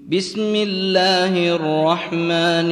بسم الله الرحمن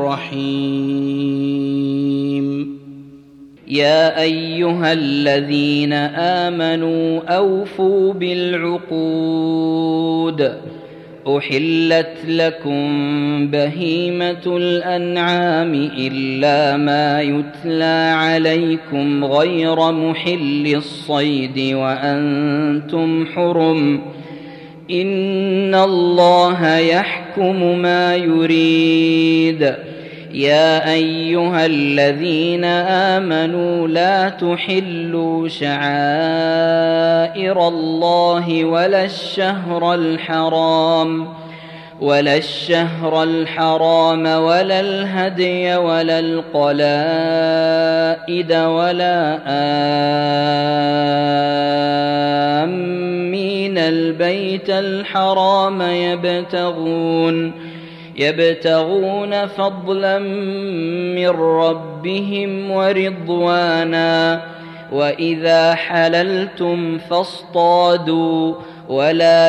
الرحيم. يا أيها الذين آمنوا أوفوا بالعقود. أحلت لكم بهيمة الأنعام إلا ما يتلى عليكم غير محل الصيد وأنتم حرم. إن الله يحكم ما يريد. يا أيها الذين آمنوا لا تحلوا شعائر الله ولا الشهر الحرام ولا الهدي ولا القلائد ولا آمين البيت الحرام يبتغون فضلا من ربهم ورضوانا. وإذا حللتم فاصطادوا ولا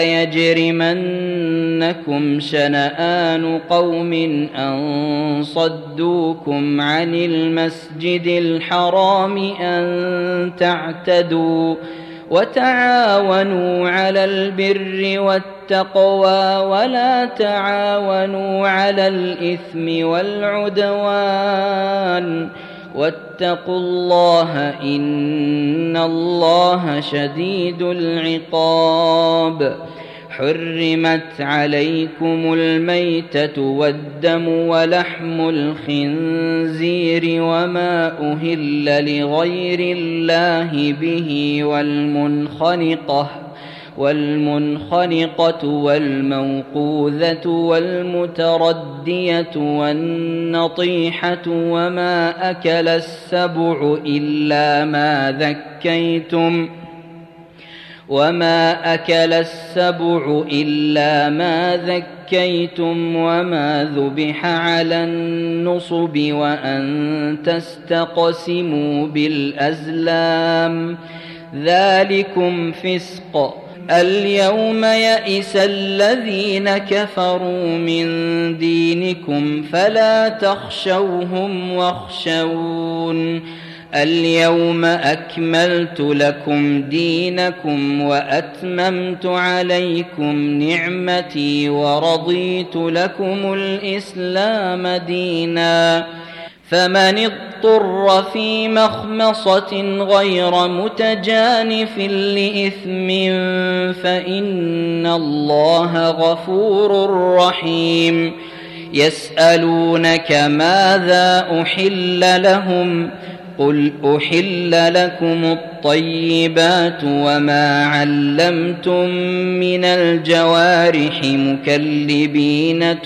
يجرمنكم شنآن قوم أن صدوكم عن المسجد الحرام أن تعتدوا. وتعاونوا على البر والتقوى ولا تعاونوا على الإثم والعدوان. واتقوا الله إن الله شديد العقاب. حرمت عليكم الميتة والدم ولحم الخنزير وما أهل لغير الله به والمنخنقة والموقوذة والمتردية والنطيحة وما أكل السبع إلا ما ذكيتم وما ذبح على النصب وأن تستقسموا بالأزلام ذلكم فسق. اليوم يئس الذين كفروا من دينكم فلا تخشوهم واخشون. اليوم أكملت لكم دينكم وأتممت عليكم نعمتي ورضيت لكم الإسلام دينا. فمن اضطر في مخمصة غير متجانف لإثم فإن الله غفور رحيم. يسألونك ماذا أحل لهم قل أحل لكم الطيبات وما علمتم من الجوارح مكلبين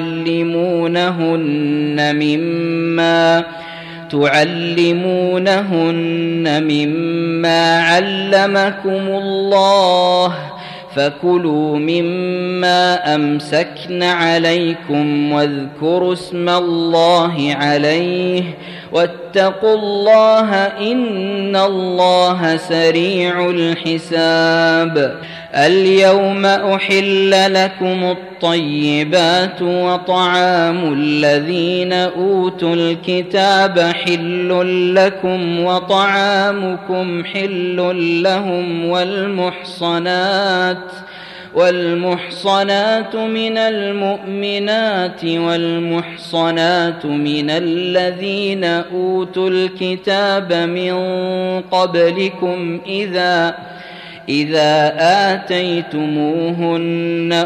تعلمونهن مما علمكم الله. فكلوا مما أمسكن عليكم واذكروا اسم الله عليه واتقوا الله إن الله سريع الحساب. اليوم أحل لكم الطيبات وطعام الذين أوتوا الكتاب حل لكم وطعامكم حل لهم والمحصنات من المؤمنات والمحصنات من الذين أوتوا الكتاب من قبلكم إذا آتيتموهن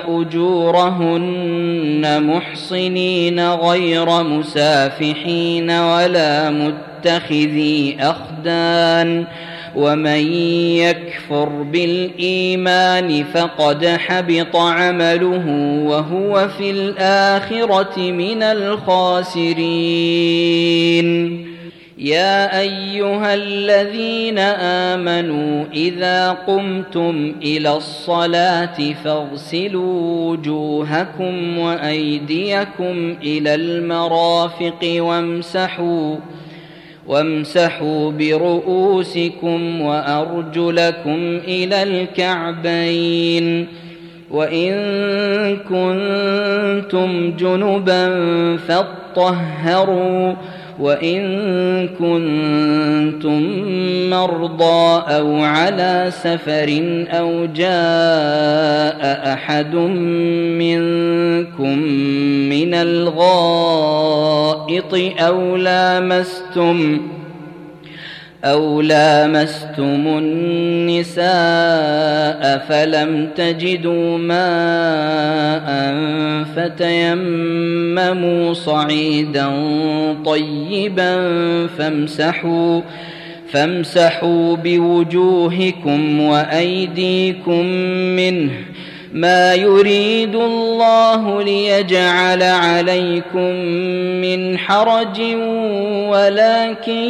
أجورهن محصنين غير مسافحين ولا متخذي أخدان. ومن يكفر بالإيمان فقد حبط عمله وهو في الآخرة من الخاسرين. يا أيها الذين آمنوا إذا قمتم إلى الصلاة فاغسلوا وجوهكم وأيديكم إلى المرافق وامسحوا برؤوسكم وأرجلكم إلى الكعبين وإن كنتم جنبا فاطهروا وإن كنتم مرضى أو على سفر أو جاء أحد منكم من الغائط أو لامستم النساء فلم تجدوا ماء فتيمموا صعيدا طيبا فامسحوا بوجوهكم وأيديكم منه ما يريد الله ليجعل عليكم من حرج ولكن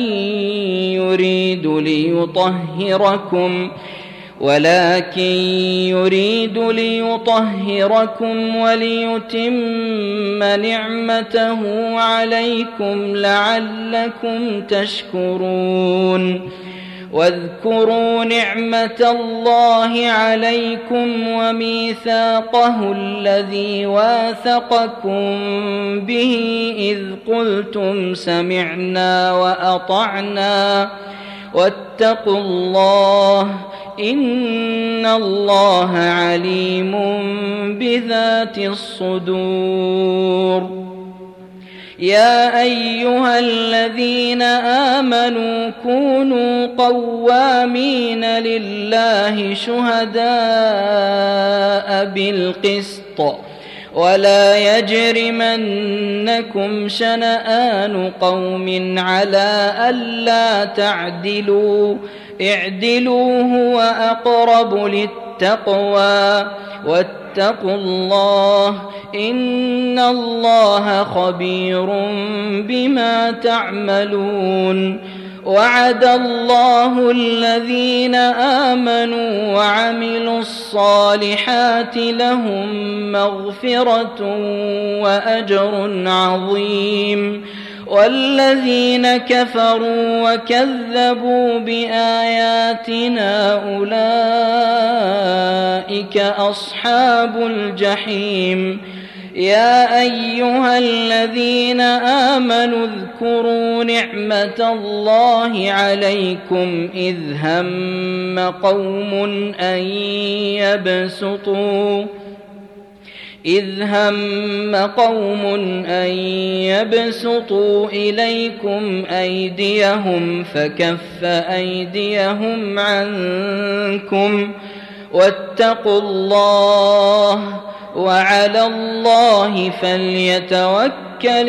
يريد ليطهركم وليتم نعمته عليكم لعلكم تشكرون واذكروا نعمة الله عليكم وميثاقه الذي واثقكم به إذ قلتم سمعنا وأطعنا واتقوا الله إن الله عليم بذات الصدور. يا أيها الذين آمنوا كونوا قوامين لله شهداء بالقسط ولا يجرمنكم شنآن قوم على ألا تعدلوا اعدلوا هو أقرب للتقوى واتقوا الله إن الله خبير بما تعملون. وعد الله الذين آمنوا وعملوا الصالحات لهم مغفرة وأجر عظيم والذين كفروا وكذبوا بآياتنا أولئك أصحاب الجحيم. يا أيها الذين آمنوا اذكروا نعمة الله عليكم إذ هم قوم أن يبسطوا إليكم أيديهم فكف أيديهم عنكم واتقوا الله وعلى الله فليتوكل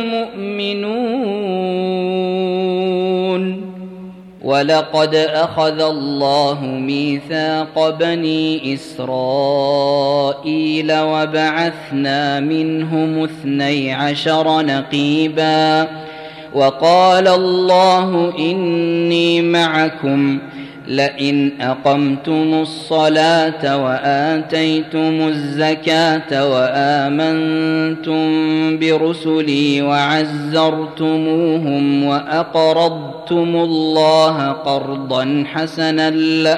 المؤمنون. ولقد أخذ الله ميثاق بني إسرائيل وبعثنا منهم 12 نقيبا وقال الله إني معكم لئن أقمتم الصلاة وآتيتم الزكاة وآمنتم برسلي وعزرتموهم وأقرضتم الله قرضا حسنا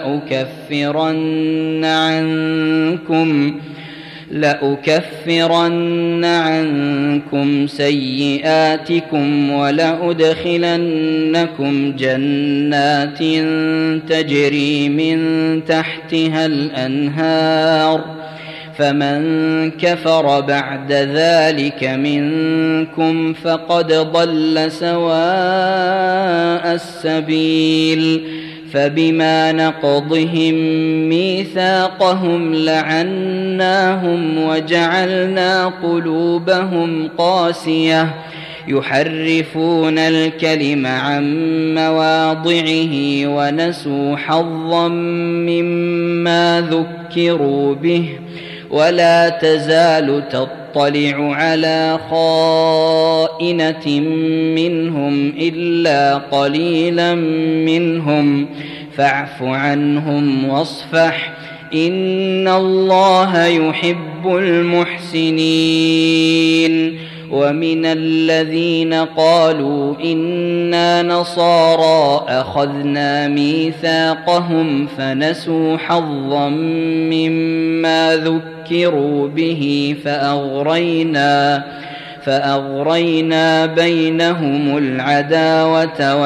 لأكفرن عنكم سيئاتكم ولأدخلنكم جنات تجري من تحتها الأنهار فمن كفر بعد ذلك منكم فقد ضل سواء السبيل. فبما نقضهم ميثاقهم لعناهم وجعلنا قلوبهم قاسية يحرفون الكلم عن مواضعه ونسوا حظا مما ذكروا به ولا تزال تطلع على خائنة منهم إلا قليلا منهم فاعف عنهم واصفح إن الله يحب المحسنين. ومن الذين قالوا إنا نصارى أخذنا ميثاقهم فنسوا حظا مما ذكروا به فأغرينا بينهم العداوة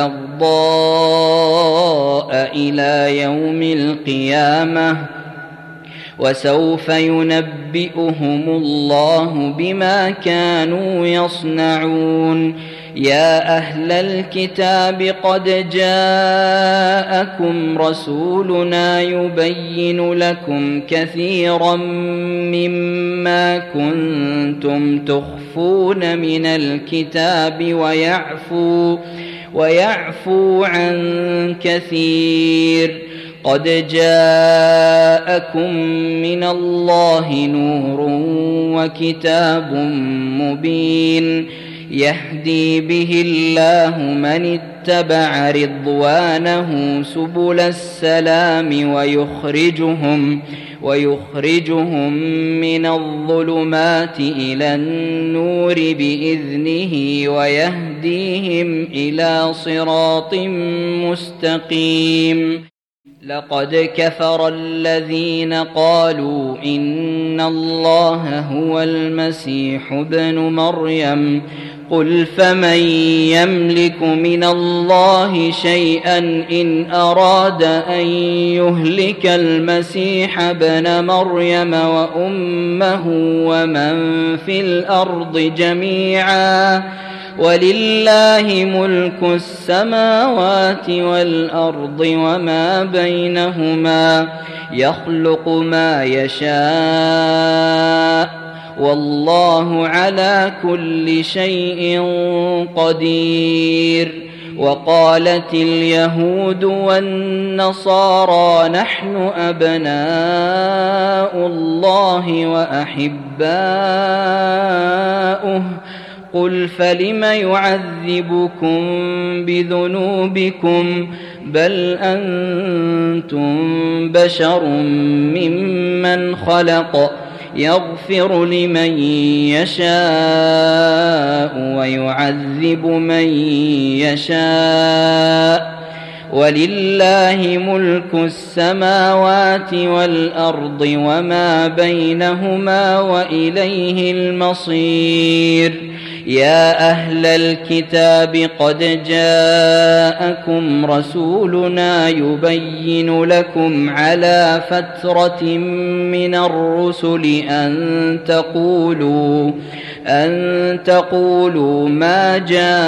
والبغضاء إلى يوم القيامة وسوف ينبئهم الله بما كانوا يصنعون. يا أهل الكتاب قد جاءكم رسولنا يبين لكم كثيرا مما كنتم تخفون من الكتاب ويعفو عن كثير. قد جاءكم من الله نور وكتاب مبين يهدي به الله من اتبع رضوانه سبل السلام ويخرجهم من الظلمات إلى النور بإذنه ويهديهم إلى صراط مستقيم. لقد كفر الذين قالوا إن الله هو المسيح ابن مريم قل فمن يملك من الله شيئا إن أراد أن يهلك المسيح ابن مريم وأمه ومن في الأرض جميعا ولله ملك السماوات والأرض وما بينهما يخلق ما يشاء والله على كل شيء قدير. وقالت اليهود والنصارى نحن أبناء الله وأحباؤه قل فلم يعذبكم بذنوبكم بل أنتم بشر ممن خلق يغفر لمن يشاء ويعذب من يشاء ولله ملك السماوات والأرض وما بينهما وإليه المصير. يا أهل الكتاب قد جاءكم رسولنا يبين لكم على فترة من الرسل أن تقولوا ما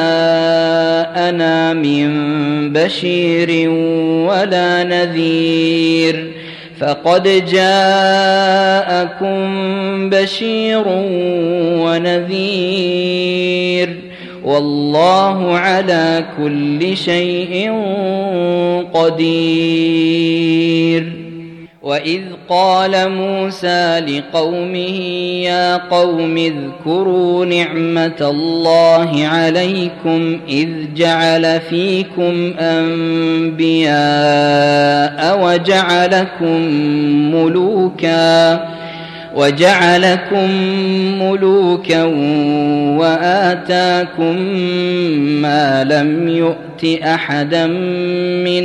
جاءنا من بشير ولا نذير فقد جاءكم بشير ونذير والله على كل شيء قدير. وإذ قال موسى لقومه يا قوم اذكروا نعمة الله عليكم إذ جعل فيكم أنبياء وجعلكم ملوكا وآتاكم ما لم يؤت أحدا من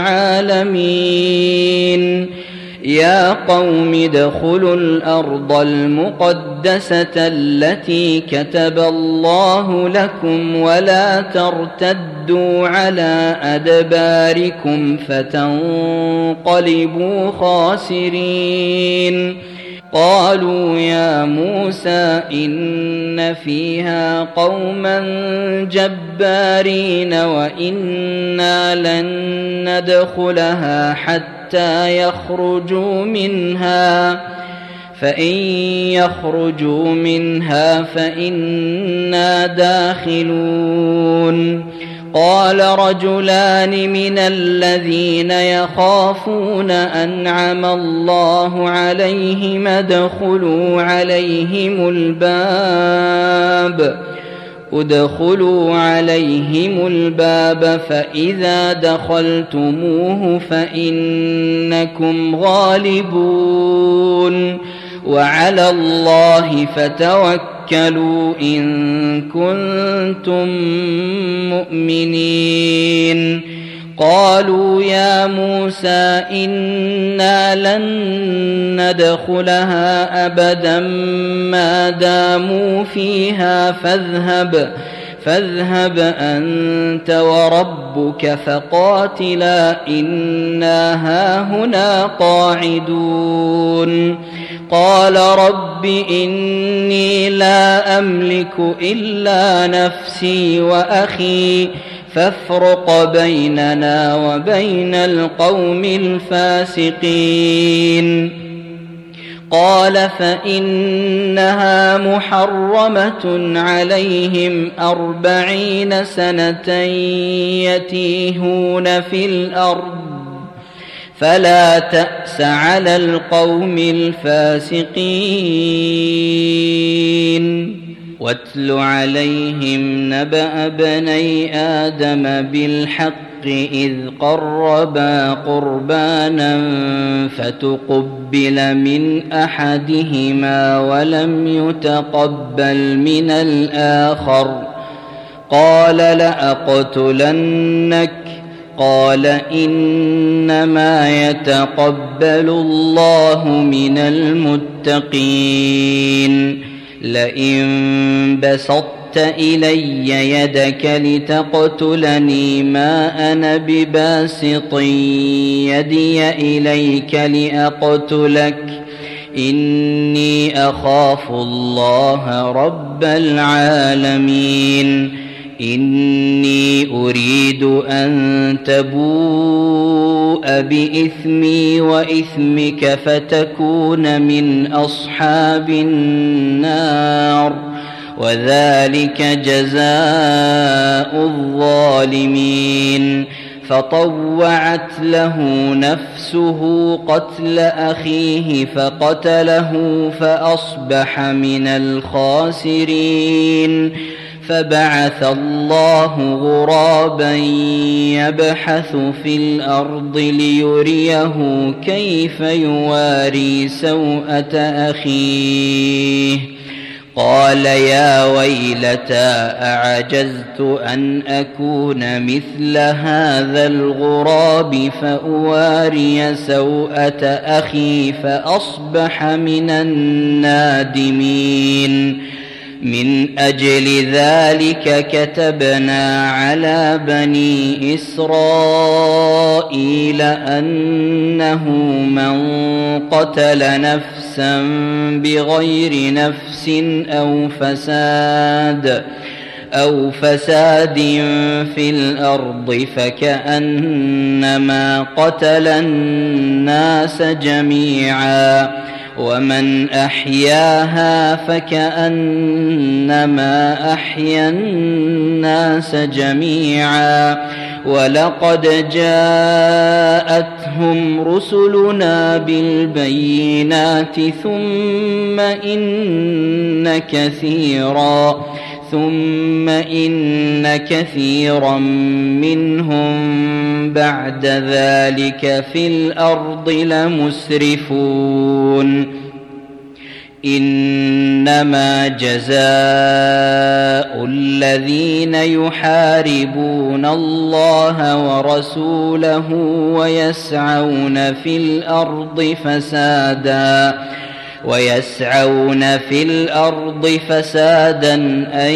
العالمين. يا قوم ادخلوا الأرض المقدسة التي كتب الله لكم ولا ترتدوا على أدباركم فتنقلبوا خاسرين. قالوا يا موسى إن فيها قوما جبارين وإنا لن ندخلها حتى يخرجوا منها فإن يخرجوا منها فإنا داخلون. قال رجلان من الذين يخافون أنعم الله عليهم ادخلوا عليهم الباب ادخلوا عليهم الباب فإذا دخلتموه فإنكم غالبون وعلى الله فتوكلوا إن كنتم مؤمنين. قالوا يا موسى إنا لن ندخلها أبدا ما داموا فيها فاذهب أنت وربك فقاتلا إنا هاهنا قاعدون. قال رب إني لا أملك إلا نفسي وأخي فافرق بيننا وبين القوم الفاسقين. قال فإنها محرمة عليهم 40 سنة يتيهون في الأرض فلا تأس على القوم الفاسقين. واتل عليهم نبأ بني آدم بالحق إذ قربا قربانا فتقبل من أحدهما ولم يتقبل من الآخر قال لأقتلنك. قال إنما يتقبل الله من المتقين. لئن بسطت إلي يدك لتقتلني ما أنا بباسط يدي إليك لأقتلك إني أخاف الله رب العالمين. إني أريد أن تبوء بإثمي وإثمك فتكون من أصحاب النار وذلك جزاء الظالمين. فطوعت له نفسه قتل أخيه فقتله فأصبح من الخاسرين. فبعث الله غرابا يبحث في الأرض ليريه كيف يواري سوءة أخيه. قال يا ويلتى أعجزت أن أكون مثل هذا الغراب فأواري سوءة أخي فأصبح من النادمين. من أجل ذلك كتبنا على بني إسرائيل أنه من قتل نفسا بغير نفس أو فساد في الأرض فكأنما قتل الناس جميعا ومن أحياها فكأنما أحيا الناس جميعا. ولقد جاءتهم رسلنا بالبينات ثم إن كثيرا منهم بعد ذلك في الأرض لمسرفون. إنما جزاء الذين يحاربون الله ورسوله ويسعون في الأرض فسادا أن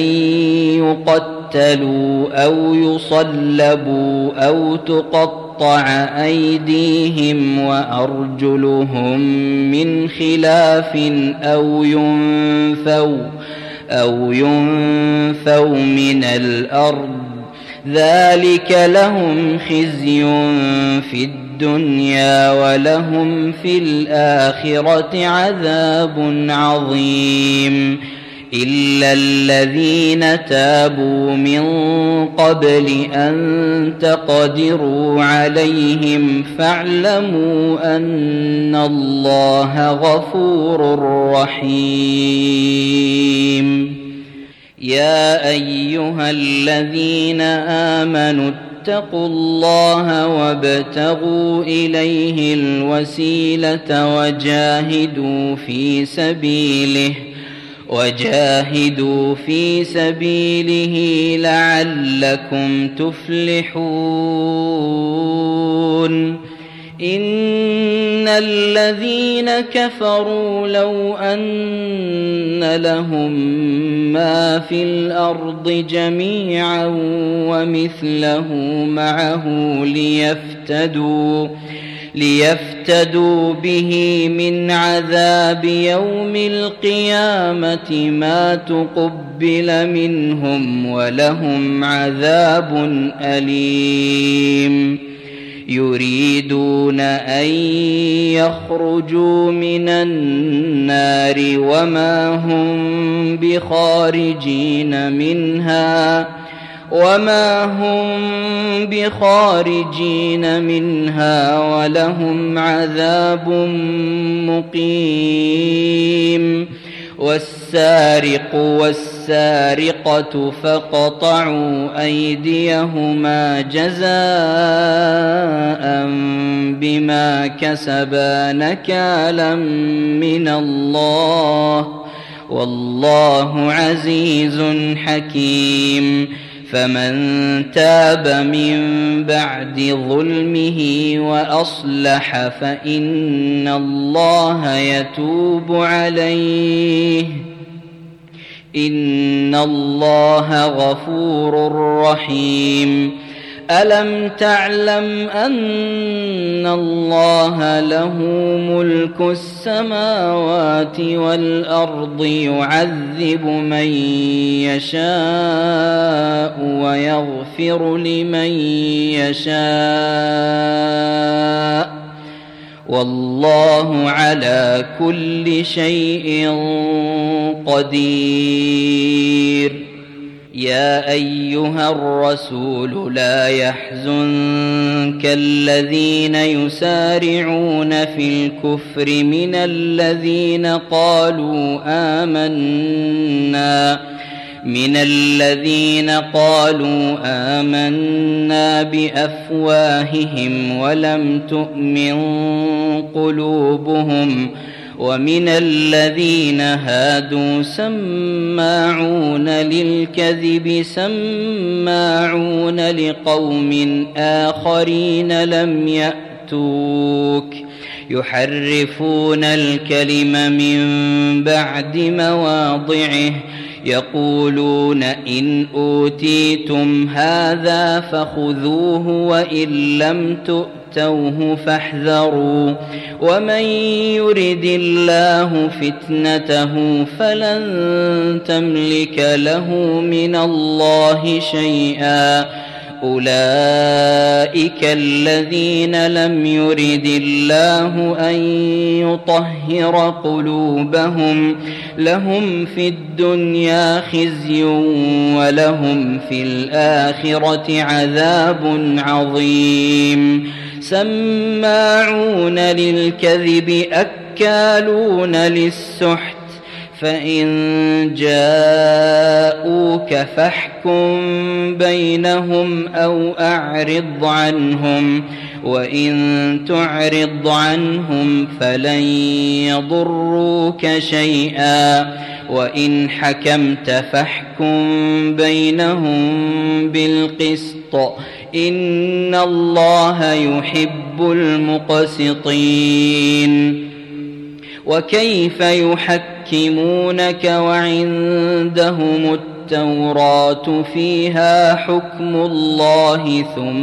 يقتلوا أو يصلبوا أو تقطع أيديهم وأرجلهم من خلاف أو ينفوا من الأرض ذلك لهم خزي في الدنيا ولهم في الآخرة عذاب عظيم. إلا الذين تابوا من قبل أن تقدروا عليهم فاعلموا أن الله غفور رحيم. يا أيها الذين آمنوا اتقوا الله وابتغوا إليه الوسيلة وجاهدوا في سبيله لعلكم تفلحون إن الذين كفروا لو أن لهم ما في الأرض جميعا ومثله معه ليفتدوا به من عذاب يوم القيامة ما تقبل منهم ولهم عذاب أليم يريدون أن يخرجوا من النار وما هم بخارجين منها ولهم عذاب مقيم والسارق والسارقة فاقطعوا أيديهما جزاء بما كسبا نكالا من الله والله عزيز حكيم فمن تاب من بعد ظلمه وأصلح فإن الله يتوب عليه إن الله غفور رحيم ألم تعلم أن الله له ملك السماوات والأرض يعذب من يشاء ويغفر لمن يشاء والله على كل شيء قدير يا أيها الرسول لا يحزنك الذين يسارعون في الكفر من الذين قالوا آمنا بأفواههم ولم تؤمن قلوبهم ومن الذين هادوا سماعون للكذب سماعون لقوم آخرين لم يأتوك يحرفون الكلم من بعد مواضعه يقولون إن أوتيتم هذا فخذوه وإن لم تؤتوه فاحذروا ومن يرد الله فتنته فلن تملك له من الله شيئا أولئك الذين لم يرد الله أن يطهر قلوبهم لهم في الدنيا خزي ولهم في الآخرة عذاب عظيم سماعون للكذب أكالون للسحت فإن جاءوك فاحكم بينهم أو أعرض عنهم وإن تعرض عنهم فلن يضروك شيئا وإن حكمت فاحكم بينهم بالقسط إن الله يحب المقسطين وكيف يحكمونك وعندهم التوراة فيها حكم الله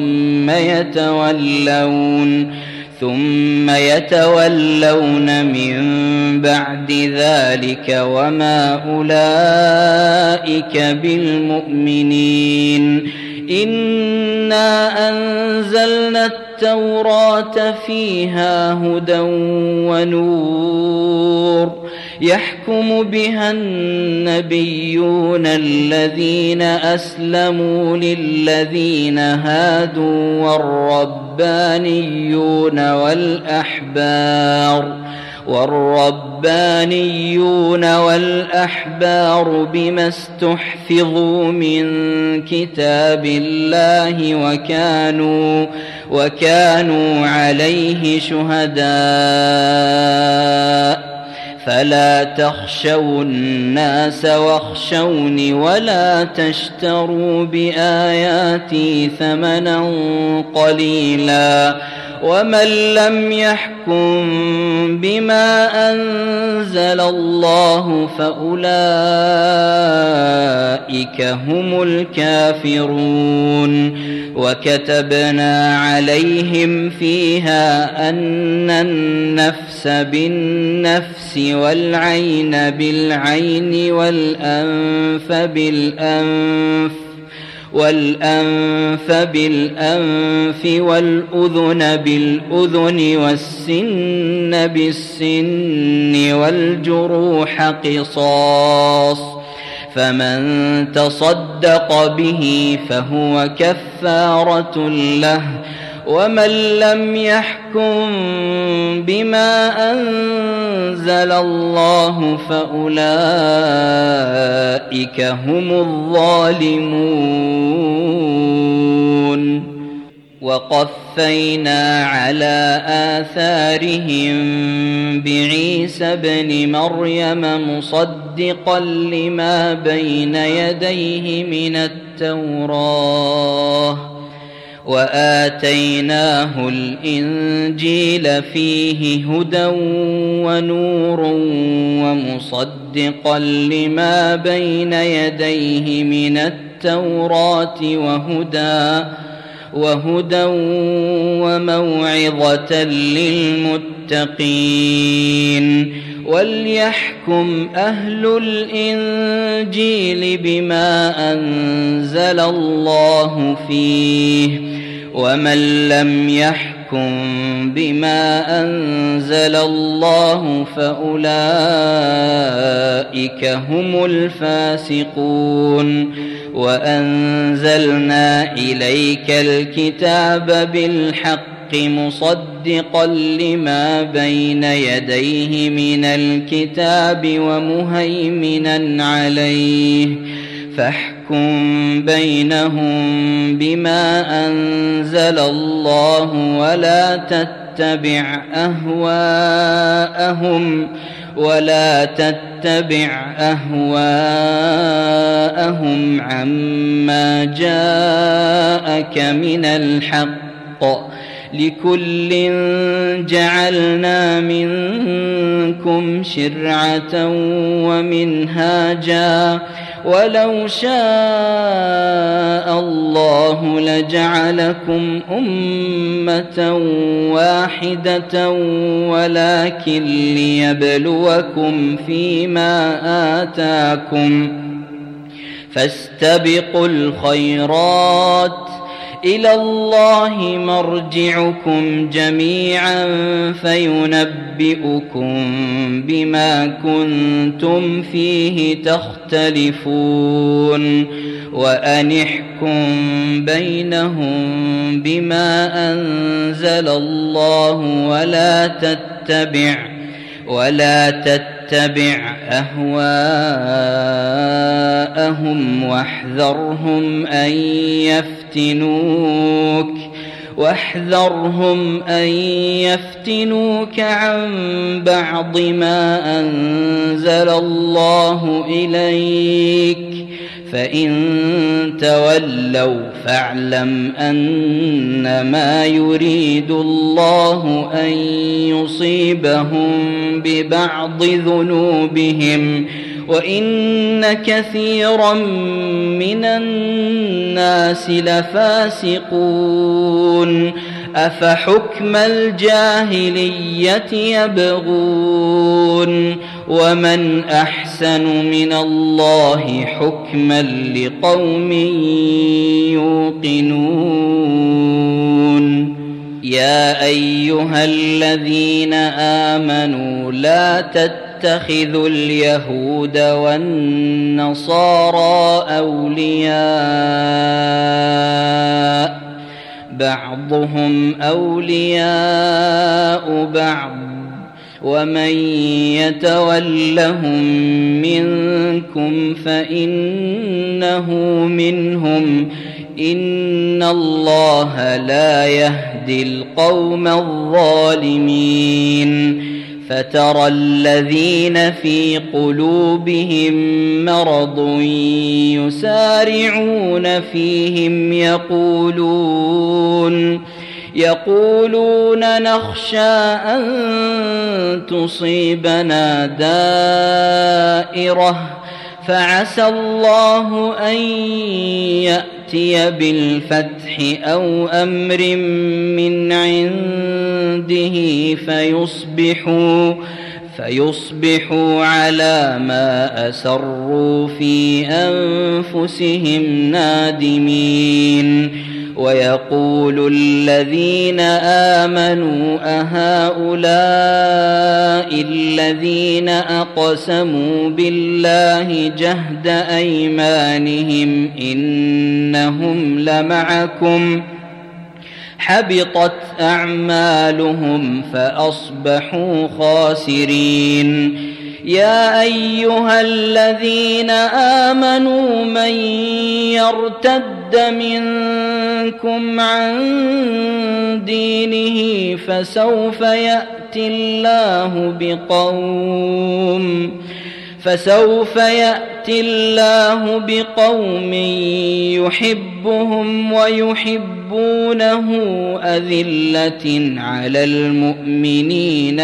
ثم يتولون من بعد ذلك وما أولئك بالمؤمنين إنا أنزلنا التوراة فيها هدى ونور يحكم بها النبيون الذين أسلموا للذين هادوا والربانيون والربانيون والأحبار بما استحفظوا من كتاب الله وكانوا عليه شهداء فلا تخشوا الناس واخشوني ولا تشتروا بآياتي ثمنا قليلا ومن لم يحكم بما أنزل الله فأولئك هم الكافرون وكتبنا عليهم فيها أن النفس بالنفس والعين بالعين والأنف بالأنف والأذن بالأذن والسن بالسن والجروح قصاص فمن تصدق به فهو كفارة له ومن لم يحكم بما أنزل الله فأولئك هم الظالمون وقفينا على آثارهم بعيسى ابن مريم مصدقا لما بين يديه من التوراة وآتيناه الإنجيل فيه هدى ونور ومصدقا لما بين يديه من التوراة وهدى وموعظة للمتقين وليحكم أهل الإنجيل بما أنزل الله فيه ومن لم يحكم بما أنزل الله فأولئك هم الفاسقون وأنزلنا إليك الكتاب بالحق مصدقا لما بين يديه من الكتاب ومهيمنا عليه فاحكم بينهم بما أنزل الله ولا تتبع أهواءهم عما جاءك من الحق لكل جعلنا منكم شرعة ومنهاجا ولو شاء الله لجعلكم أمة واحدة ولكن ليبلوكم فيما آتاكم فاستبقوا الخيرات إلى الله مرجعكم جميعا فينبئكم بما كنتم فيه تختلفون وأن احكم بينهم بما أنزل الله ولا تتبع أهواءهم واحذرهم أن يفتنوك عن بعض ما أنزل الله إليك فإن تولوا فاعلم أنما يريد الله أن يصيبهم ببعض ذنوبهم وإن كثيرا من الناس لفاسقون أفحكم الجاهلية يبغون ومن أحسن من الله حكما لقوم يوقنون يا أيها الذين آمنوا لا تتخذوا اليهود والنصارى أولياء بعضهم أولياء بعض ومن يتولهم منكم فإنه منهم إن الله لا يهدي القوم الظالمين فترى الذين في قلوبهم مرض يسارعون فيهم يقولون نخشى أن تصيبنا دائرة فعسى الله أن يأتي بالفتح أو أمر من عنده فيصبحوا على ما أسروا في أنفسهم نادمين ويقول الذين آمنوا أهؤلاء الذين أقسموا بالله جهد أيمانهم إنهم لمعكم حبطت أعمالهم فأصبحوا خاسرين يا أيها الذين آمنوا من يرتد منكم عن دينه فسوف يأتي الله بقوم يحبهم ويحبونه أذلة على المؤمنين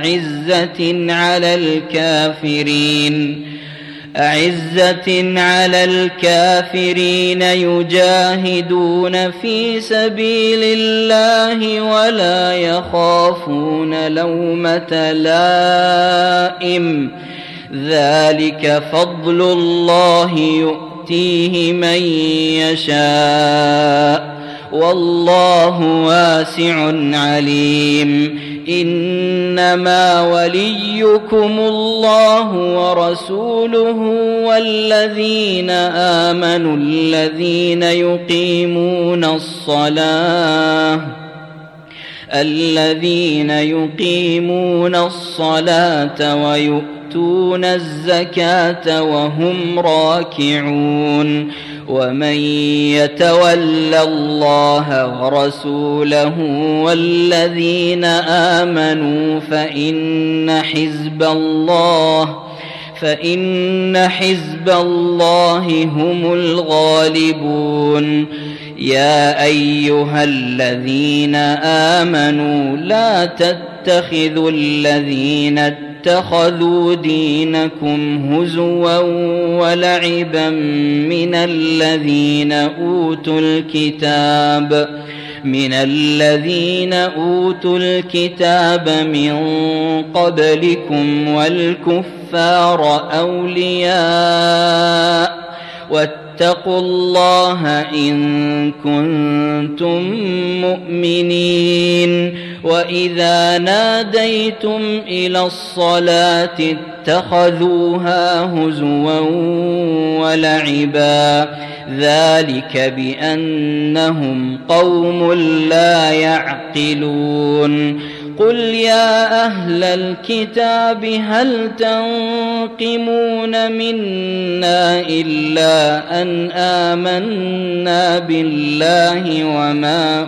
أعزة على الكافرين يجاهدون في سبيل الله ولا يخافون لومة لائم ذلك فضل الله يؤتيه من يشاء والله واسع عليم إنما وليكم الله ورسوله والذين آمنوا الذين يقيمون الصلاة ويؤتون الزكاة وهم راكعون ومن يتول الله ورسوله والذين آمنوا فإن حزب الله هم الغالبون يا أيها الذين آمنوا لا تتخذوا الذين اتخذوا دينكم هزوا ولعبا من الذين أوتوا الكتاب من قبلكم والكفار أولياء واتقوا الله إن كنتم مؤمنين وإذا ناديتم إلى الصلاة اتخذوها هزوا ولعبا ذلك بأنهم قوم لا يعقلون قل يا أهل الكتاب هل تنقمون منا إلا أن آمنا بالله وما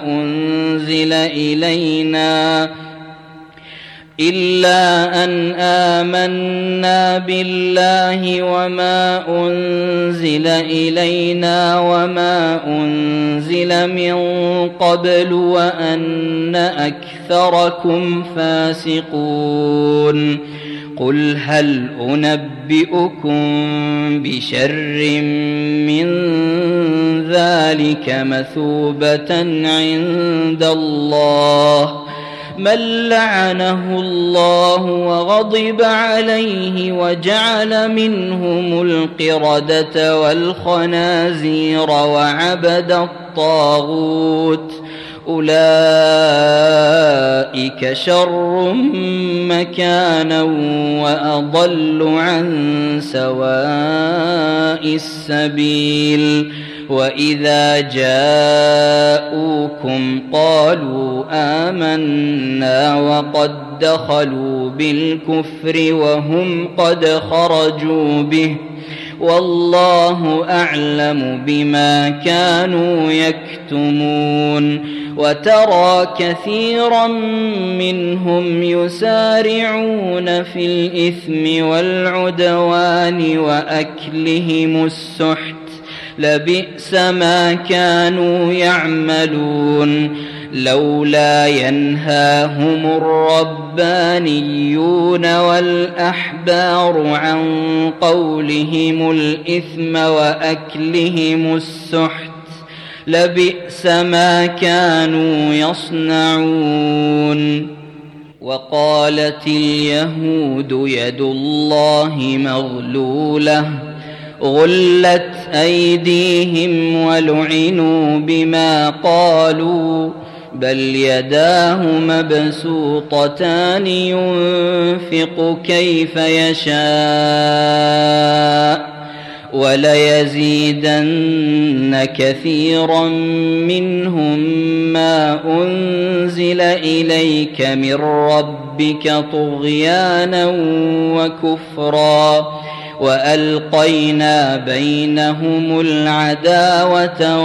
أنزل إلينا وما أنزل من قبل وأن أكثركم فاسقون قل هل أنبئكم بشر من ذلك مثوبة عند الله من لعنه الله وغضب عليه وجعل منهم القردة والخنازير وعبد الطاغوت أولئك شر مكانا وأضل عن سواء السبيل وإذا جاءوكم قالوا آمنا وقد دخلوا بالكفر وهم قد خرجوا به والله أعلم بما كانوا يكتمون وترى كثيرا منهم يسارعون في الإثم والعدوان وأكلهم السحت لبئس ما كانوا يعملون لولا ينهاهم الربانيون والأحبار عن قولهم الإثم وأكلهم السحت لبئس ما كانوا يصنعون وقالت اليهود يد الله مغلولة غلت أيديهم ولعنوا بما قالوا بل يداه مبسوطتان ينفق كيف يشاء وليزيدن كثيرا منهم ما أنزل إليك من ربك طغيانا وكفرا وألقينا بينهم العداوة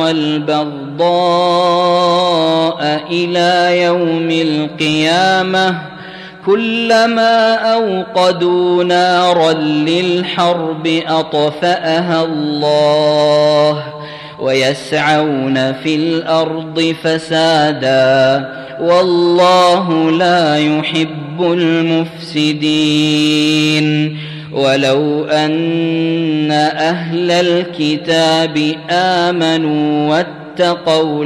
والبغضاء إلى يوم القيامة كلما أوقدوا نارا للحرب أطفأها الله ويسعون في الأرض فسادا والله لا يحب المفسدين ولو أن أهل الكتاب آمنوا واتقوا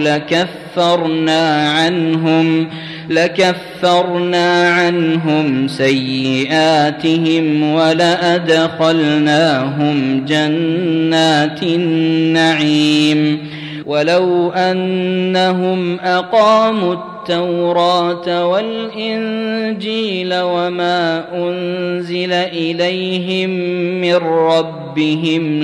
لكفرنا عنهم سيئاتهم ولأدخلناهم جنات النعيم ولو أنهم أقاموا التوراة والإنجيل وما أنزل إليهم من ربهم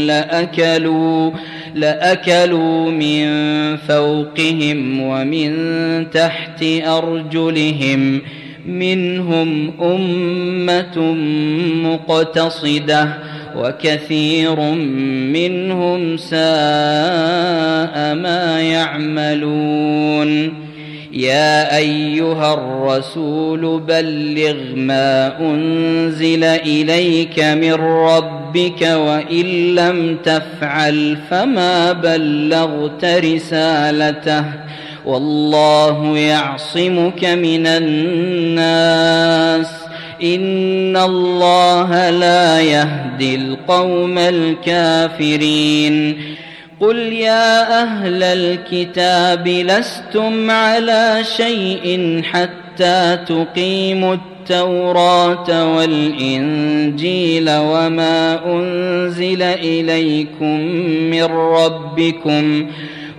لأكلوا من فوقهم ومن تحت أرجلهم منهم أمة مقتصدة وكثير منهم ساء ما يعملون يا أيها الرسول بلغ ما أنزل إليك من ربك وإن لم تفعل فما بلغت رسالته والله يعصمك من الناس إن الله لا يهدي القوم الكافرين قل يا أهل الكتاب لستم على شيء حتى تقيموا التوراة والإنجيل وما أنزل إليكم من ربكم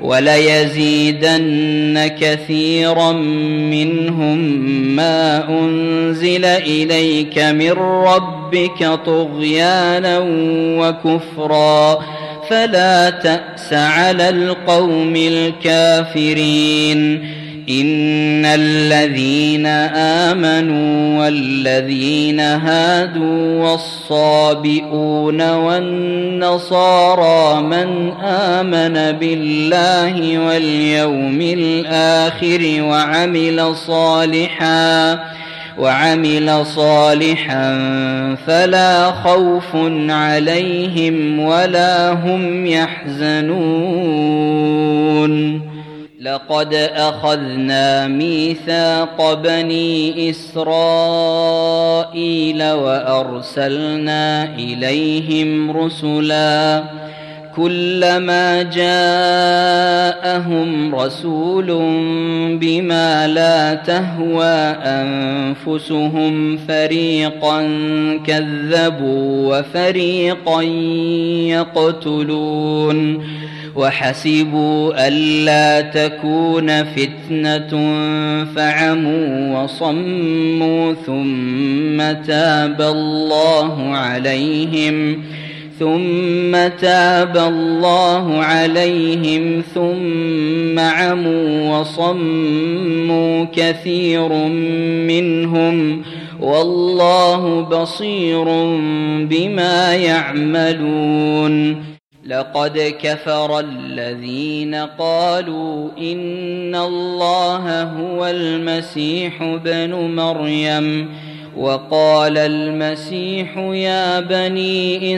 وليزيدن كثيرا منهم ما أنزل إليك من ربك طغيانا وكفرا فلا تأس على القوم الكافرين إن الذين آمنوا والذين هادوا والصابئون والنصارى من آمن بالله واليوم الآخر وعمل صالحا فلا خوف عليهم ولا هم يحزنون لقد أخذنا ميثاق بني إسرائيل وأرسلنا إليهم رسلا كلما جاءهم رسول بما لا تهوى أنفسهم فريقا كذبوا وفريقا يقتلون وحسبوا ألا تكون فتنة فعموا وصموا ثم تاب الله عليهم ثم تاب الله عليهم ثم عموا وصموا كثير منهم والله بصير بما يعملون لقد كفر الذين قالوا إن الله هو المسيح ابن مريم وقال المسيح يا بني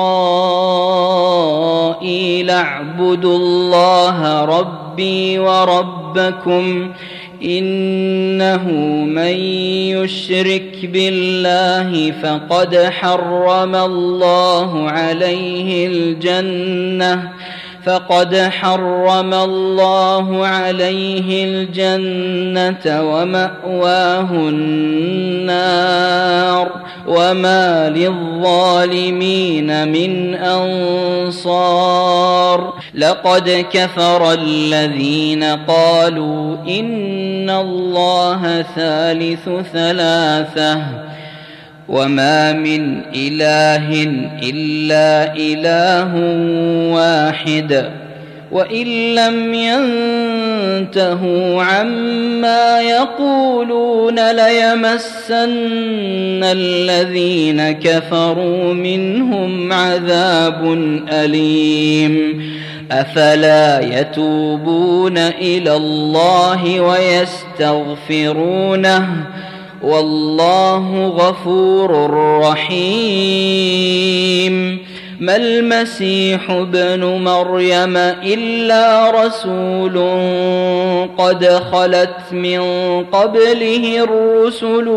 إسرائيل اعبدوا الله ربي وربكم إنه من يشرك بالله فقد حرم الله عليه الجنة ومأواه النار وما للظالمين من أنصار لقد كفر الذين قالوا إن الله ثالث ثلاثة وما من إله إلا إله واحد وإن لم ينتهوا عما يقولون ليمسن الذين كفروا منهم عذاب أليم أفلا يتوبون إلى الله ويستغفرونه والله غفور رحيم ما المسيح ابن مريم إلا رسول قد خلت من قبله الرسل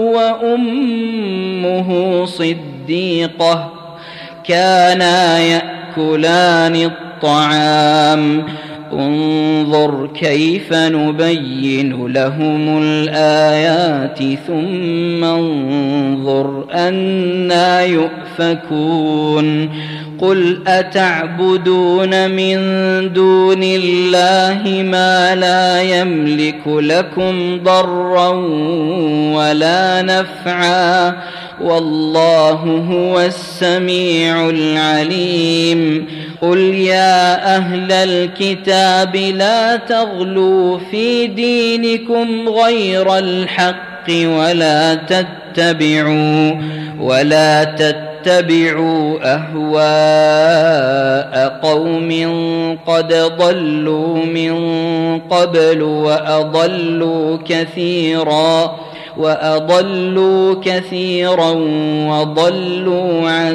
وأمه صديقة كانا يأكلان الطعام انظر كيف نبين لهم الآيات ثم انظر أنى يؤفكون قل أتعبدون من دون الله ما لا يملك لكم ضرا ولا نفعا والله هو السميع العليم قل يا أهل الكتاب لا تغلوا في دينكم غير الحق ولا تتبعوا أهواء قوم قد ضلوا من قبل وأضلوا كثيرا وضلوا عن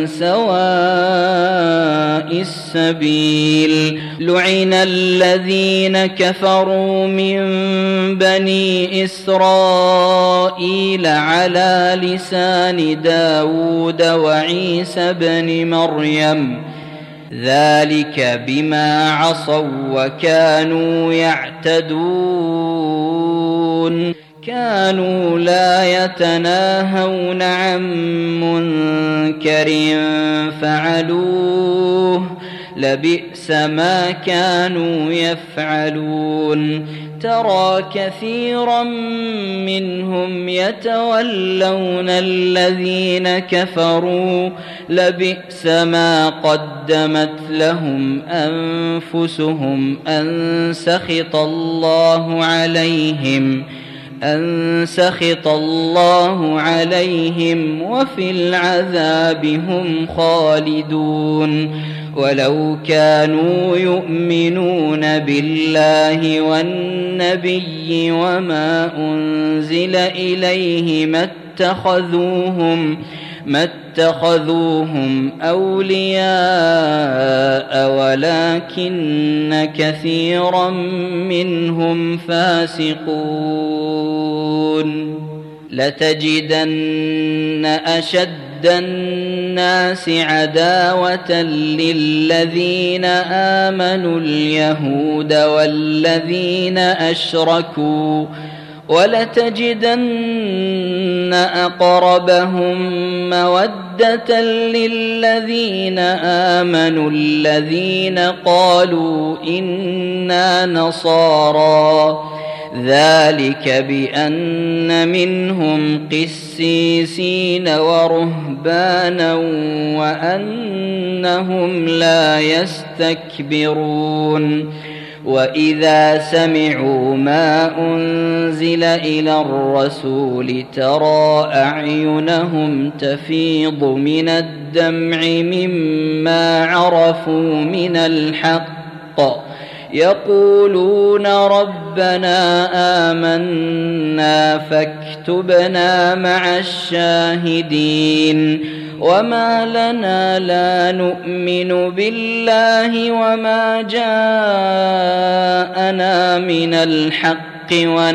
سواء السبيل لعن الذين كفروا من بني إسرائيل على لسان داود وعيسى بن مريم ذلك بما عصوا وكانوا يعتدون كانوا لا يتناهون عن منكر فعلوه لبئس ما كانوا يفعلون ترى كثيرا منهم يتولون الذين كفروا لبئس ما قدمت لهم أنفسهم أن سخط الله عليهم وفي العذاب هم خالدون ولو كانوا يؤمنون بالله والنبي وما أنزل إليه ما اتخذوهم أولياء ولكن كثيرا منهم فاسقون لتجدن أشد الناس عداوة للذين آمنوا اليهود والذين أشركوا ولتجدن أقربهم مودة للذين آمنوا الذين قالوا إنا نصارى ذلك بأن منهم قسيسين قسيسين ورهبانا وأنهم لا يستكبرون وإذا سمعوا ما أنزل إلى الرسول ترى أعينهم تفيض من الدمع مما عرفوا من الحق يقولون ربنا آمنا فاكتبنا مع الشاهدين وما لنا لا نؤمن بالله وما جاءنا من الحق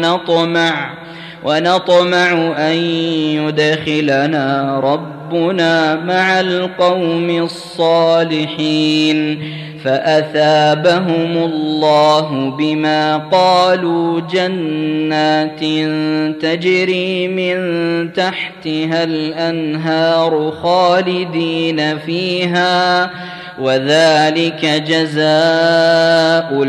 ونطمع أن يدخلنا ربنا مع القوم الصالحين فأثابهم الله بما قالوا جنات تجري من تحتها الأنهار خالدين فيها وذلك جزاء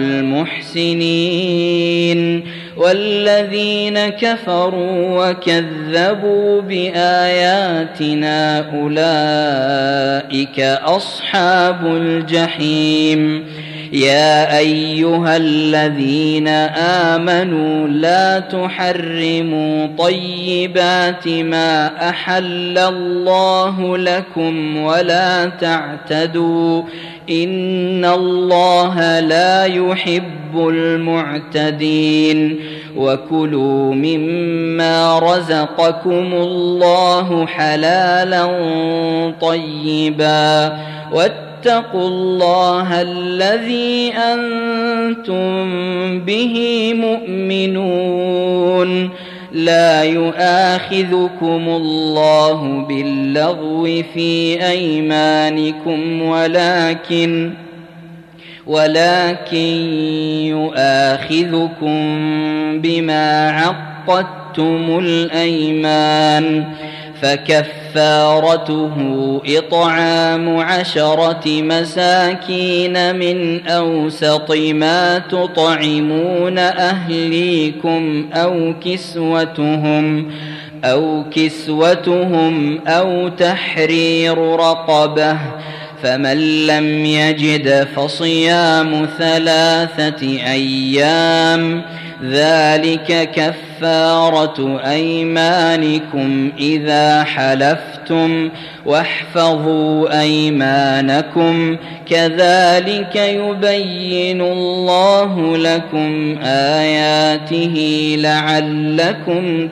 المحسنين والذين كفروا وكذبوا بآياتنا أولئك أصحاب الجحيم يا أيها الذين آمنوا لا تحرموا طيبات ما أحل الله لكم ولا تعتدوا إن الله لا يحب المعتدين وكلوا مما رزقكم الله حلالا طيبا واتقوا الله الذي أنتم به مؤمنون لا يؤاخذكم الله باللغو في أيمانكم ولكن يؤاخذكم بما عقدتم الأيمان فكفارته إطعام 10 مساكين من أوسط ما تطعمون أهليكم أو كسوتهم أو تحرير رقبة فمن لم يجد فصيام 3 أيام ذلك كفارة أيمانكم إذا حلفتم واحفظوا أيمانكم كذلك يبين الله لكم آياته لعلكم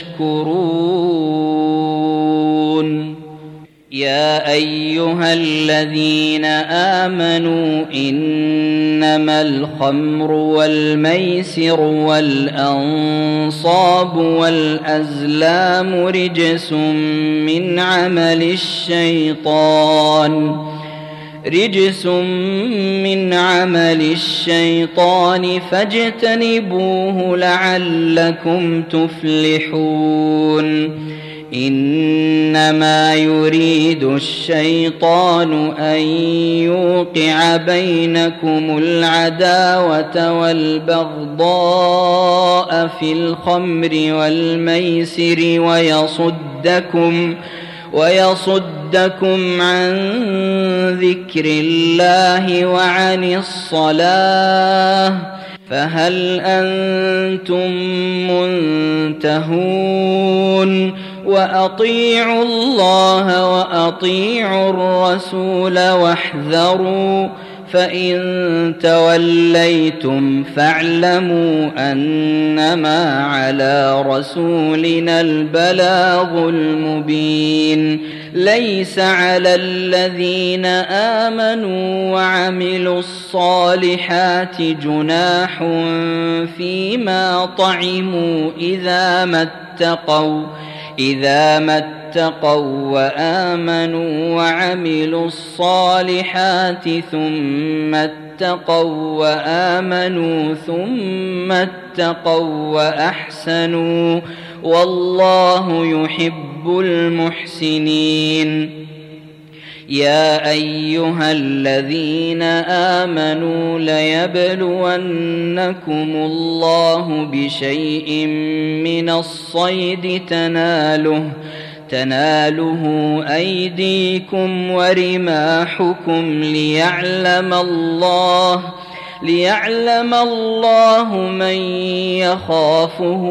تشكرون يا أيها الذين آمنوا إنما الخمر والميسر والأنصاب والأزلام رجس من عمل الشيطان فاجتنبوه لعلكم تفلحون إنما يريد الشيطان أن يوقع بينكم العداوة والبغضاء في الخمر والميسر ويصدكم عن ذكر الله وعن الصلاة فهل أنتم منتهون وأطيعوا الله وأطيعوا الرسول واحذروا فإن توليتم فاعلموا أنما على رسولنا البلاغ المبين ليس على الذين آمنوا وعملوا الصالحات جناح فيما طعموا إذا ما اتقوا وآمنوا وعملوا الصالحات ثم اتقوا وآمنوا ثم اتقوا وأحسنوا والله يحب المحسنين يا أيها الذين آمنوا ليبلونكم الله بشيء من الصيد تناله أيديكم ورماحكم ليعلم الله من يخافه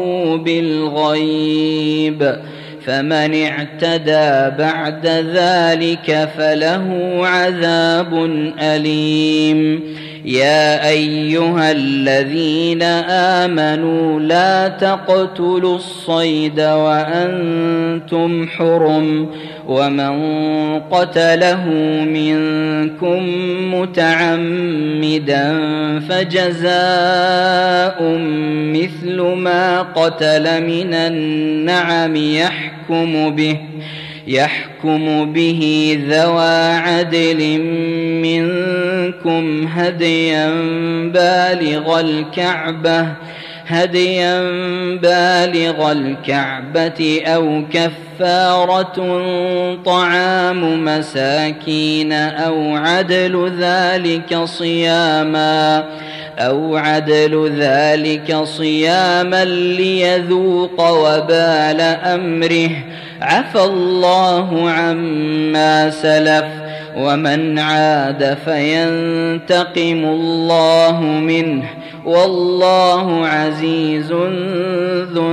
بالغيب، فمن اعتدى بعد ذلك فله عذاب أليم. يا أيها الذين آمنوا لا تقتلوا الصيد وأنتم حرم، ومن قتله منكم متعمدا فجزاء مثل ما قتل من النعم يحكم به ذوى عدل منكم هديا بالغ الكعبة أو كفارة طعام مساكين أو عدل ذلك صياما ليذوق وبال أمره، عفى الله عما سلف، ومن عاد فينتقم الله منه، والله عزيز ذو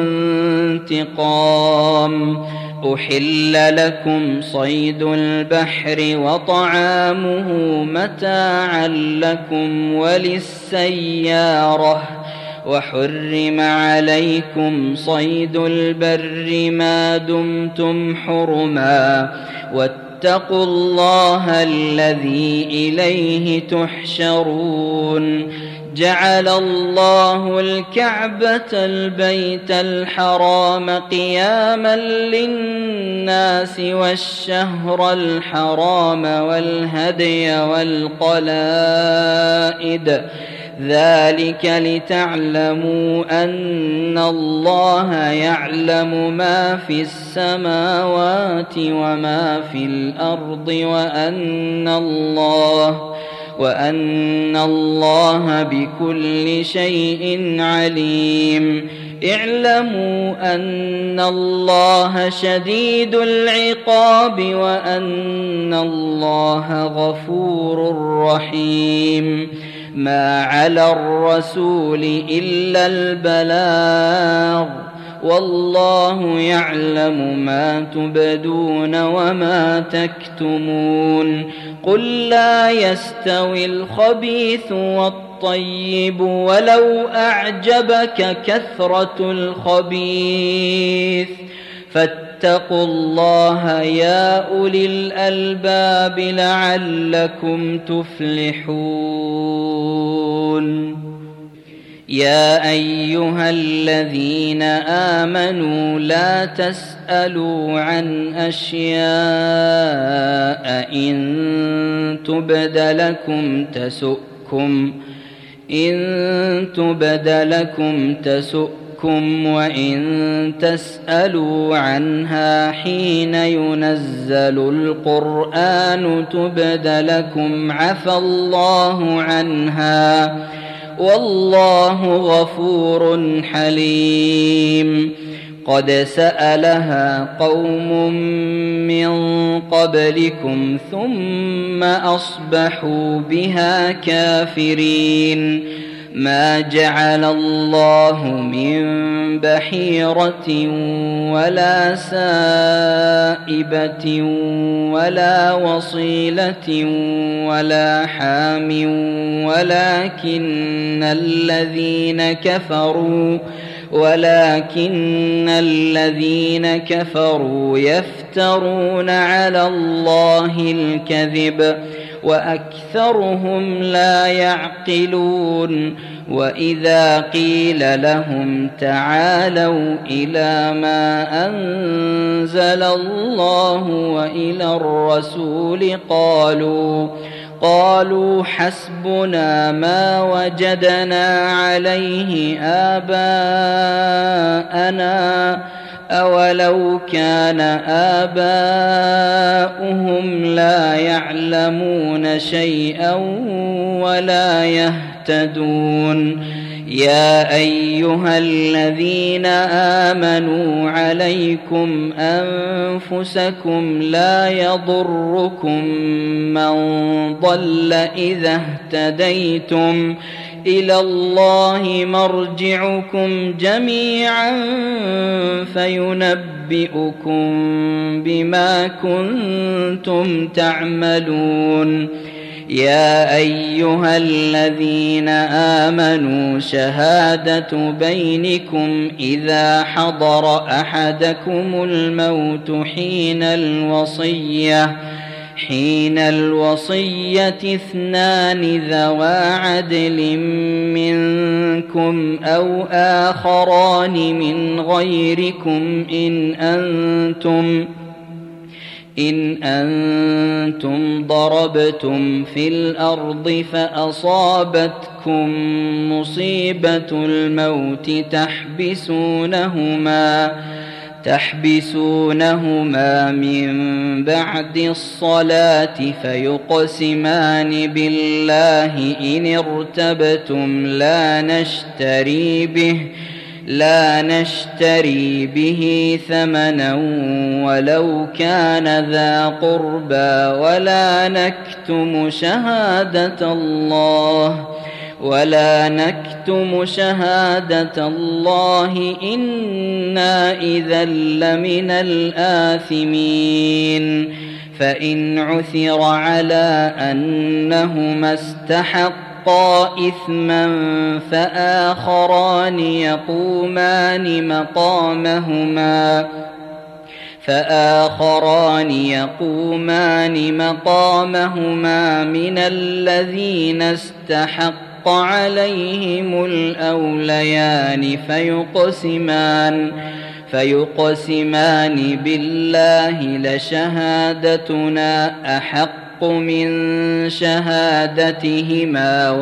انتقام. أحل لكم صيد البحر وطعامه متاعا لكم وللسيارة، وحرم عليكم صيد البر ما دمتم حرما، واتقوا الله الذي إليه تحشرون. جعل الله الكعبة البيت الحرام قياما للناس والشهر الحرام والهدي والقلائد، ذلك لتعلموا أن الله يعلم ما في السماوات وما في الأرض، وأن الله بكل شيء عليم. اعلموا أن الله شديد العقاب وأن الله غفور رحيم. ما على الرسول إلا البلاغ، والله يعلم ما تبدون وما تكتمون. قل لا يستوي الخبيث والطيب ولو أعجبك كثرة الخبيث، فاتقوا الله يا أولي الألباب لعلكم تفلحون. يا أيها الذين آمنوا لا تسألوا عن أشياء إن تبد لكم تسؤكم، وإن تسألوا عنها حين ينزل القرآن تبد لكم عفى الله عنها، والله غفور حليم. قد سألها قوم من قبلكم ثم أصبحوا بها كافرين. ما جعل الله من بحيرة ولا سائبة ولا وصيلة ولا حام، ولكن الذين كفروا يفترون على الله الكذب، وأكثرهم لا يعقلون. وإذا قيل لهم تعالوا إلى ما أنزل الله وإلى الرسول قالوا حسبنا ما وجدنا عليه آباءنا أولو كان آباؤهم لا يعلمون شيئا ولا يهتدون يا أيها الذين آمنوا عليكم أنفسكم لا يضركم من ضل إذا اهتديتم إلى الله مرجعكم جميعا فينبئكم بما كنتم تعملون يا أيها الذين آمنوا شهادة بينكم إذا حضر أحدكم الموت حين الوصية 2 ذوى عدل منكم أو آخران من غيركم إن أنتم ضربتم في الأرض فأصابتكم مصيبة الموت تحبسونهما من بعد الصلاة فيقسمان بالله إن ارتبتم لا نشتري به ثمنا ولو كان ذا قربى ولا نكتم شهادة الله إنا إذا لمن الآثمين فإن عثر على أنهما استحقا إثما فآخران يقومان مقامهما من الذين استحق عليهم الأوليان فيقسمان بالله لشهادتنا أحق من شهادتهما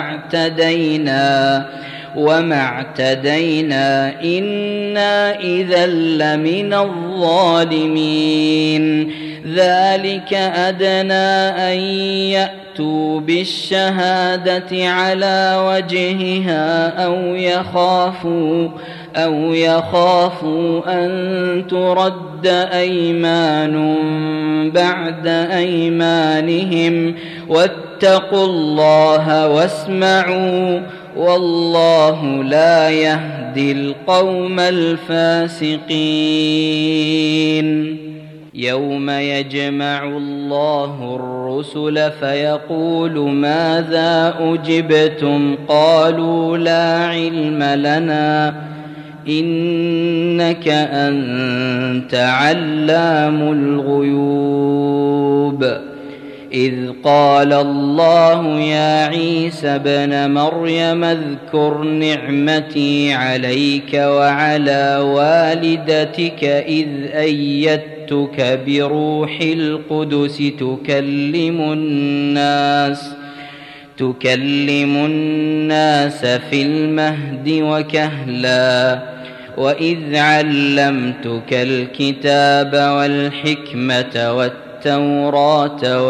وما اعتدينا إنا إذا لمن الظالمين ذلك أدنى أن يأتوا بالشهادة على وجهها أو يخافوا أن ترد أيمان بعد أيمانهم واتقوا الله واسمعوا والله لا يهدي القوم الفاسقين يوم يجمع الله الرسل فيقول ماذا أجبتم قالوا لا علم لنا إنك أنت علام الغيوب إذ قال الله يا عيسى ابن مريم اذكر نعمتي عليك وعلى والدتك إذ أيدتك بروح القدس تكلم الناس في المهد وكهلا وإذ علمتك الكتاب والحكمة والتوراة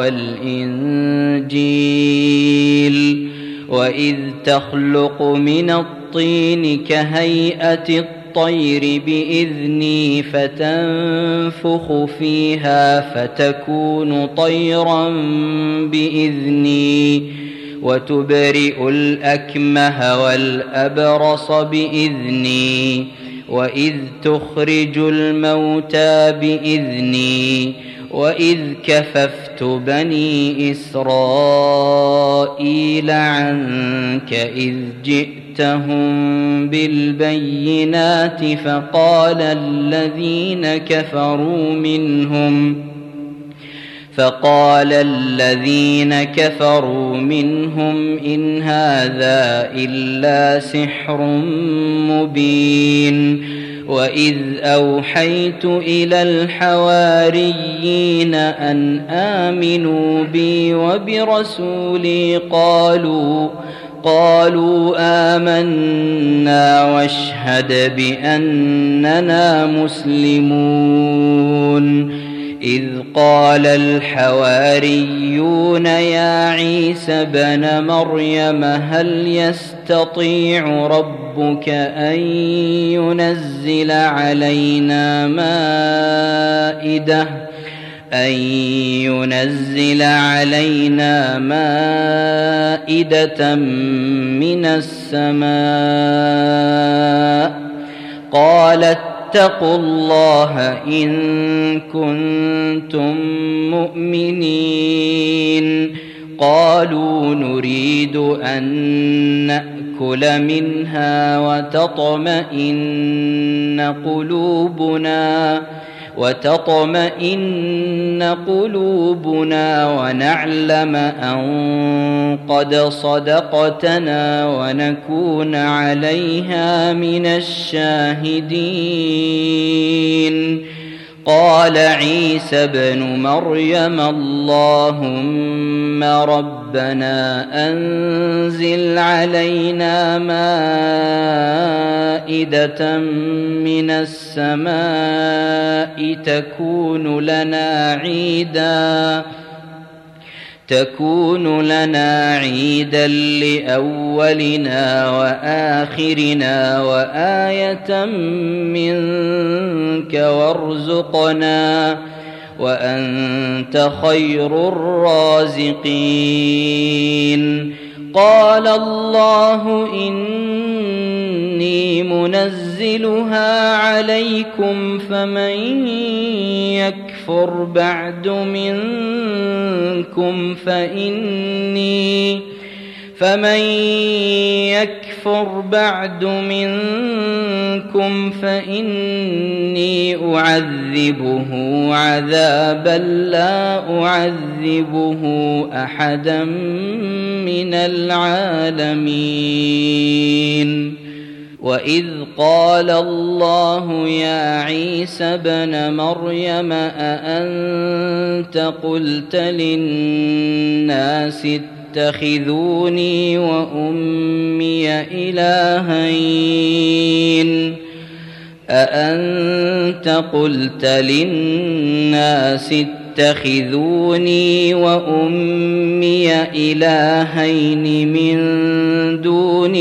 والإنجيل وإذ تخلق من الطين كهيئة الطير بإذني فتنفخ فيها فتكون طيرا بإذني وتبرئ الأكمه والأبرص بإذني وإذ تخرج الموتى بإذني وإذ كففت بني إسرائيل عنك إذ جئتهم بالبينات فقال الذين كفروا منهم إن هذا إلا سحر مبين وإذ أوحيت إلى الحواريين أن آمنوا بي وبرسولي قالوا آمنا واشهد بأننا مسلمون إذ قال الحواريون يا عيسى ابن مريم هل يستطيع ربك أن ينزل علينا مائدة من السماء قال اتقوا الله إن كنتم مؤمنين قالوا نريد أن نأكل منها وتطمئن قلوبنا ونعلم أن قد صدقتنا ونكون عليها من الشاهدين قال عيسى ابن مريم اللهم ربنا أنزل علينا مائدة من السماء تكون لنا عيدا لأولنا وآخرنا وآية منك وارزقنا وأنت خير الرازقين قال الله إني منزلها عليكم فمن يكفر بعد منكم فإني أعذبه عذابا لا أعذبه أحدا من العالمين وإذ قال الله يا عيسى ابن مريم أأنت قلت للناس اتخذوني وأمي إلهين من دون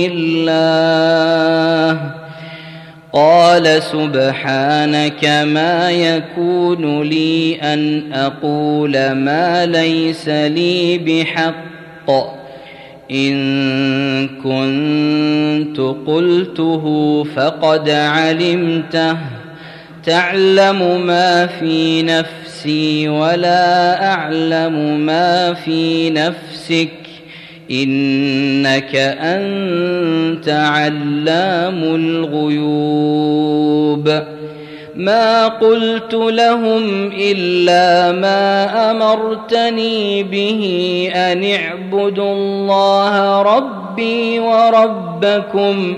الله قال سبحانك ما يكون لي أن أقول ما ليس لي بحق إن كنت قلته فقد علمته تعلم ما في نفسي ولا أعلم ما في نفسك إنك أنت علام الغيوب ما قلت لهم إلا ما أمرتني به أن اعبدوا الله ربي وربكم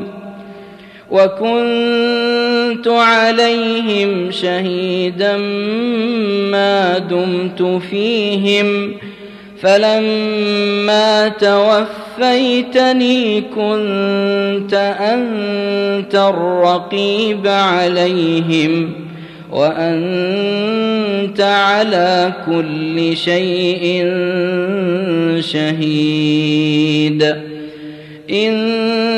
وكنت عليهم شهيدا ما دمت فيهم فلما توفيتني كنت أنت الرقيب عليهم وأنت على كل شيء شهيد إن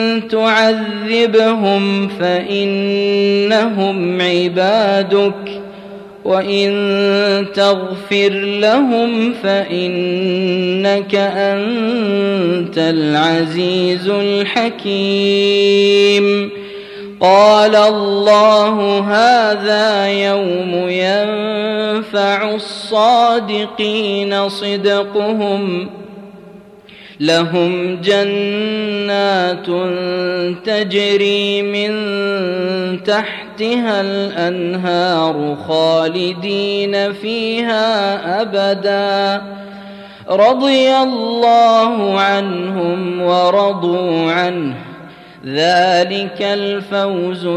تعذبهم فإنهم عبادك وإن تغفر لهم فإنك أنت العزيز الحكيم قال الله هذا يوم ينفع الصادقين صدقهم لهم جنات تجري من تحتها الأنهار خالدين فيها أبدا رضي الله عنهم ورضوا عنه ذلك الفوز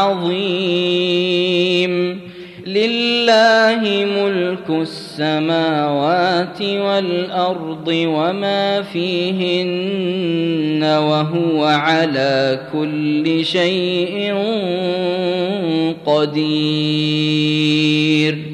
العظيم. لله ملك السماوات والأرض وما فيهن وهو على كل شيء قدير.